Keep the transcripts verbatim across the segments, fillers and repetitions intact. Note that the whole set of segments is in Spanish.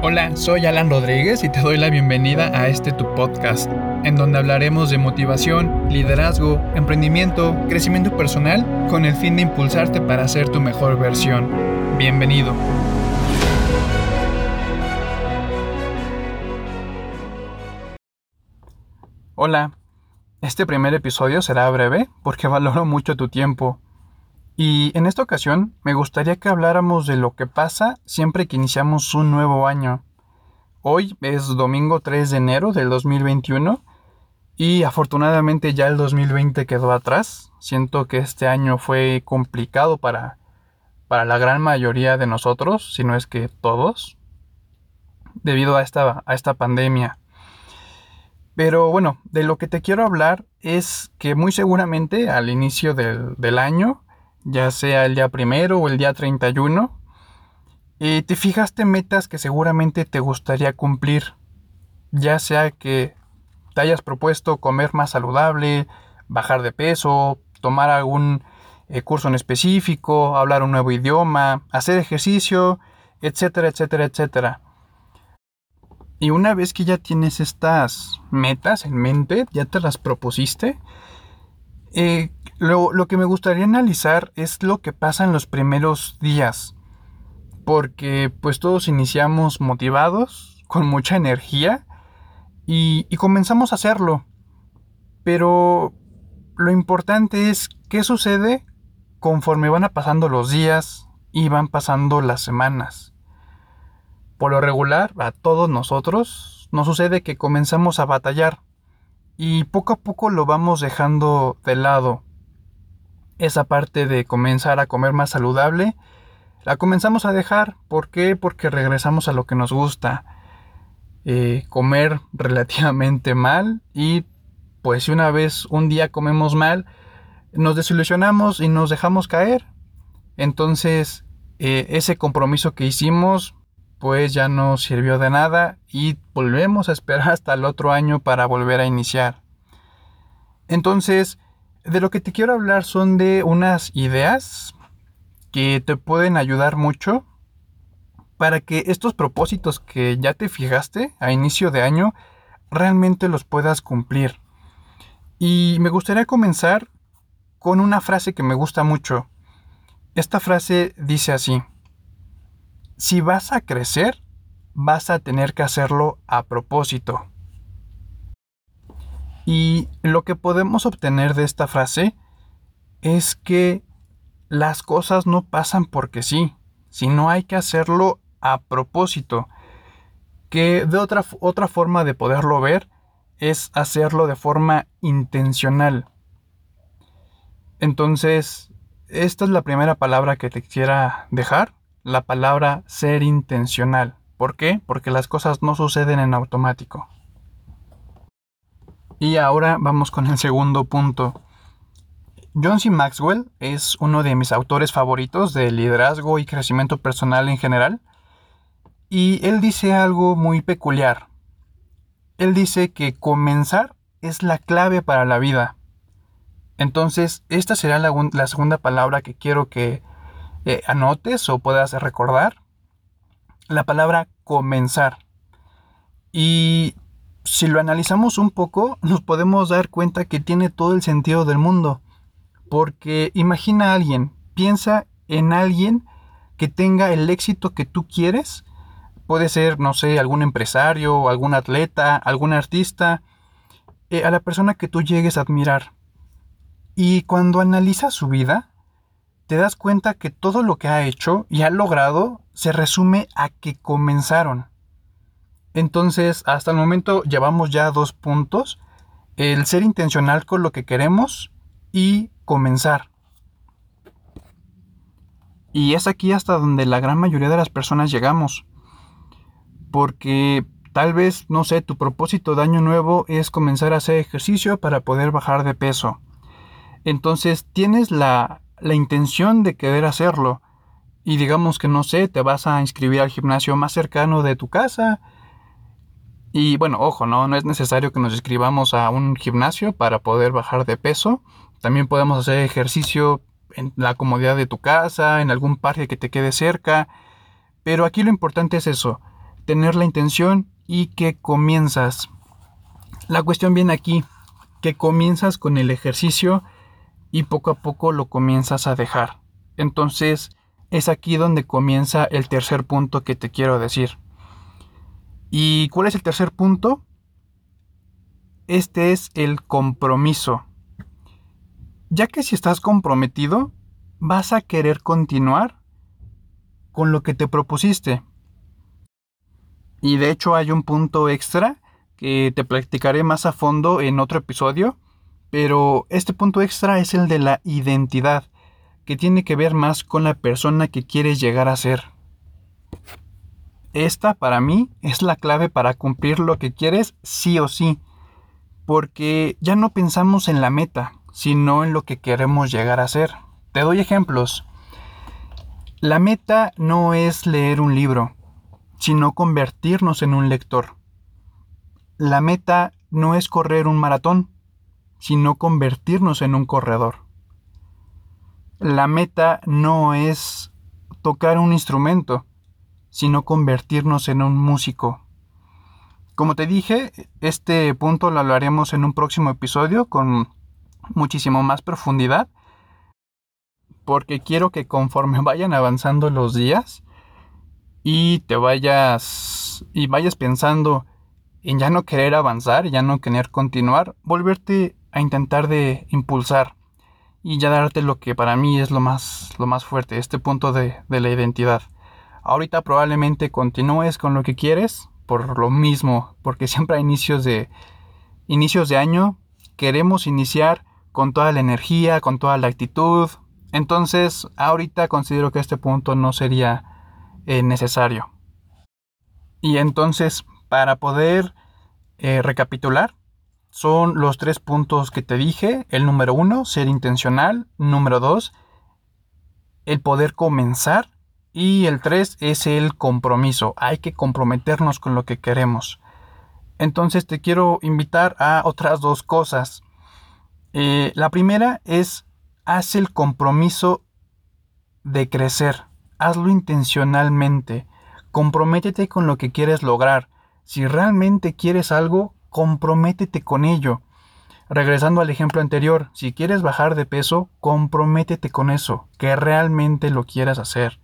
Hola, soy Alan Rodríguez y te doy la bienvenida a este tu podcast, en donde hablaremos de motivación, liderazgo, emprendimiento, crecimiento personal, con el fin de impulsarte para ser tu mejor versión. Bienvenido. Hola, este primer episodio será breve porque valoro mucho tu tiempo. Y en esta ocasión me gustaría que habláramos de lo que pasa siempre que iniciamos un nuevo año. Hoy es domingo tres de enero del dos mil veintiuno y afortunadamente ya el dos mil veinte quedó atrás. Siento que este año fue complicado para, para la gran mayoría de nosotros, si no es que todos, debido a esta, a esta pandemia. Pero bueno, de lo que te quiero hablar es que muy seguramente al inicio del, del año, ya sea el día primero o el día treinta y uno, eh, te fijaste metas que seguramente te gustaría cumplir, ya sea que te hayas propuesto comer más saludable, bajar de peso, tomar algún eh, curso en específico, hablar un nuevo idioma, hacer ejercicio, etcétera, etcétera, etcétera. Y una vez que ya tienes estas metas en mente, ya te las propusiste, eh, lo, lo que me gustaría analizar es lo que pasa en los primeros días. Porque pues todos iniciamos motivados, con mucha energía, y, y comenzamos a hacerlo. Pero lo importante es qué sucede conforme van pasando los días y van pasando las semanas. Por lo regular, a todos nosotros nos sucede que comenzamos a batallar y poco a poco lo vamos dejando de lado. Esa parte de comenzar a comer más saludable, la comenzamos a dejar. ¿Por qué? Porque regresamos a lo que nos gusta. Eh, comer relativamente mal y pues si una vez, un día comemos mal, nos desilusionamos y nos dejamos caer. Entonces, eh, ese compromiso que hicimos pues ya no sirvió de nada y volvemos a esperar hasta el otro año para volver a iniciar. Entonces, de lo que te quiero hablar son de unas ideas que te pueden ayudar mucho para que estos propósitos que ya te fijaste a inicio de año realmente los puedas cumplir. Y me gustaría comenzar con una frase que me gusta mucho. Esta frase dice así: si vas a crecer, vas a tener que hacerlo a propósito. Y lo que podemos obtener de esta frase es que las cosas no pasan porque sí, sino hay que hacerlo a propósito. Que de otra, otra forma de poderlo ver es hacerlo de forma intencional. Entonces, esta es la primera palabra que te quisiera dejar, la palabra ser intencional. ¿Por qué? Porque las cosas no suceden en automático. Y ahora vamos con el segundo punto. John C. Maxwell es uno de mis autores favoritos de liderazgo y crecimiento personal en general. Y él dice algo muy peculiar. Él dice que comenzar es la clave para la vida. Entonces, esta será la, la segunda palabra que quiero que eh, anotes o puedas recordar. La palabra comenzar. Y si lo analizamos un poco, nos podemos dar cuenta que tiene todo el sentido del mundo. Porque imagina a alguien, piensa en alguien que tenga el éxito que tú quieres. Puede ser, no sé, algún empresario, algún atleta, algún artista, eh, a la persona que tú llegues a admirar. Y cuando analizas su vida, te das cuenta que todo lo que ha hecho y ha logrado se resume a que comenzaron. Entonces, hasta el momento llevamos ya dos puntos: el ser intencional con lo que queremos y comenzar. Y es aquí hasta donde la gran mayoría de las personas llegamos. Porque tal vez, no sé, tu propósito de año nuevo es comenzar a hacer ejercicio para poder bajar de peso. Entonces tienes la, la intención de querer hacerlo. Y digamos que, no sé, te vas a inscribir al gimnasio más cercano de tu casa. Y bueno, ojo, no, no es necesario que nos inscribamos a un gimnasio para poder bajar de peso. También podemos hacer ejercicio en la comodidad de tu casa, en algún parque que te quede cerca. Pero aquí lo importante es eso: tener la intención y que comienzas. La cuestión viene aquí, que comienzas con el ejercicio y poco a poco lo comienzas a dejar. Entonces es aquí donde comienza el tercer punto que te quiero decir. ¿Y cuál es el tercer punto? Este es el compromiso. Ya que si estás comprometido, vas a querer continuar con lo que te propusiste. Y de hecho hay un punto extra que te platicaré más a fondo en otro episodio, pero este punto extra es el de la identidad, que tiene que ver más con la persona que quieres llegar a ser. Esta, para mí, es la clave para cumplir lo que quieres sí o sí, porque ya no pensamos en la meta, sino en lo que queremos llegar a ser. Te doy ejemplos. La meta no es leer un libro, sino convertirnos en un lector. La meta no es correr un maratón, sino convertirnos en un corredor. La meta no es tocar un instrumento, sino convertirnos en un músico. Como te dije, este punto lo hablaremos en un próximo episodio con muchísimo más profundidad, porque quiero que conforme vayan avanzando los días y te vayas y vayas pensando en ya no querer avanzar, ya no querer continuar, volverte a intentar de impulsar y ya darte lo que para mí es lo más, lo más fuerte, este punto de, de la identidad. Ahorita probablemente continúes con lo que quieres por lo mismo, porque siempre a inicios de, inicios de año queremos iniciar con toda la energía, con toda la actitud. Entonces ahorita considero que este punto no sería eh, necesario. Y entonces para poder eh, recapitular, son los tres puntos que te dije. El número uno, ser intencional. Número dos, el poder comenzar. Y el tres es el compromiso. Hay que comprometernos con lo que queremos. Entonces te quiero invitar a otras dos cosas. Eh, la primera es, haz el compromiso de crecer. Hazlo intencionalmente. Comprométete con lo que quieres lograr. Si realmente quieres algo, comprométete con ello. Regresando al ejemplo anterior, si quieres bajar de peso, comprométete con eso, que realmente lo quieras hacer.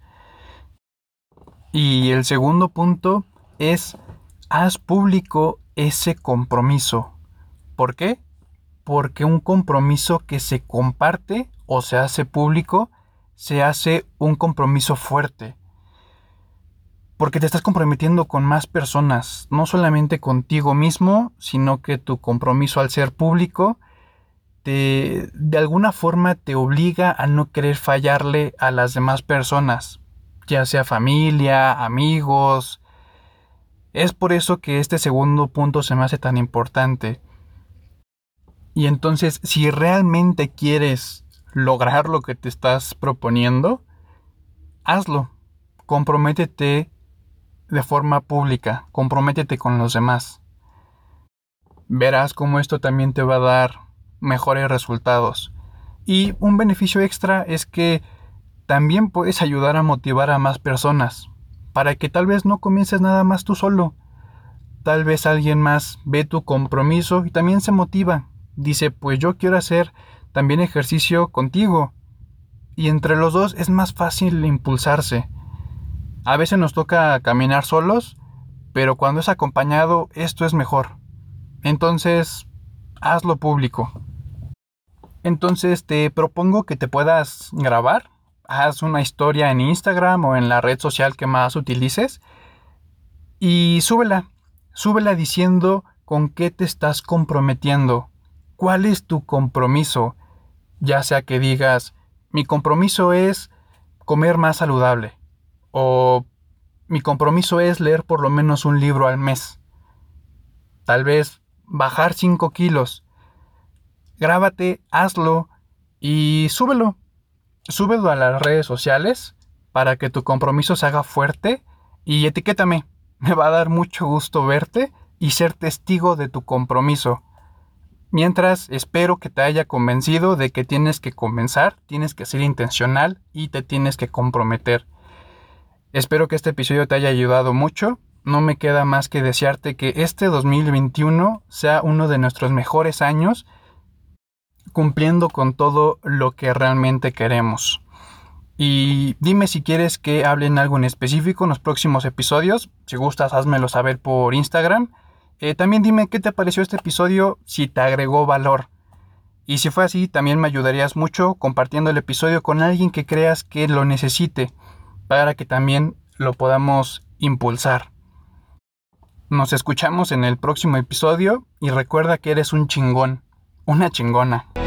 Y el segundo punto es, haz público ese compromiso. ¿Por qué? Porque un compromiso que se comparte o se hace público, se hace un compromiso fuerte. Porque te estás comprometiendo con más personas, no solamente contigo mismo, sino que tu compromiso al ser público te, de alguna forma te obliga a no querer fallarle a las demás personas, ya sea familia, amigos. Es por eso que este segundo punto se me hace tan importante. Y entonces, si realmente quieres lograr lo que te estás proponiendo, hazlo. Comprométete de forma pública, comprométete con los demás. Verás cómo esto también te va a dar mejores resultados. Y un beneficio extra es que también puedes ayudar a motivar a más personas, para que tal vez no comiences nada más tú solo. Tal vez alguien más ve tu compromiso y también se motiva. Dice, pues yo quiero hacer también ejercicio contigo. Y entre los dos es más fácil impulsarse. A veces nos toca caminar solos, pero cuando es acompañado, esto es mejor. Entonces, hazlo público. Entonces, te propongo que te puedas grabar. Haz una historia en Instagram o en la red social que más utilices y súbela. Súbela diciendo con qué te estás comprometiendo. ¿Cuál es tu compromiso? Ya sea que digas, mi compromiso es comer más saludable. O mi compromiso es leer por lo menos un libro al mes. Tal vez bajar cinco kilos. Grábate, hazlo y súbelo. Súbelo a las redes sociales para que tu compromiso se haga fuerte y etiquétame. Me va a dar mucho gusto verte y ser testigo de tu compromiso. Mientras, espero que te haya convencido de que tienes que comenzar, tienes que ser intencional y te tienes que comprometer. Espero que este episodio te haya ayudado mucho no me queda más que desearte que este dos mil veintiuno sea uno de nuestros mejores años, cumpliendo con todo lo que realmente queremos. Y dime si quieres que hablen algo en específico en los próximos episodios. Si gustas, házmelo saber por Instagram. Eh, también dime qué te pareció este episodio, si te agregó valor. Y si fue así, también me ayudarías mucho compartiendo el episodio con alguien que creas que lo necesite, para que también lo podamos impulsar. Nos escuchamos en el próximo episodio y recuerda que eres un chingón, una chingona.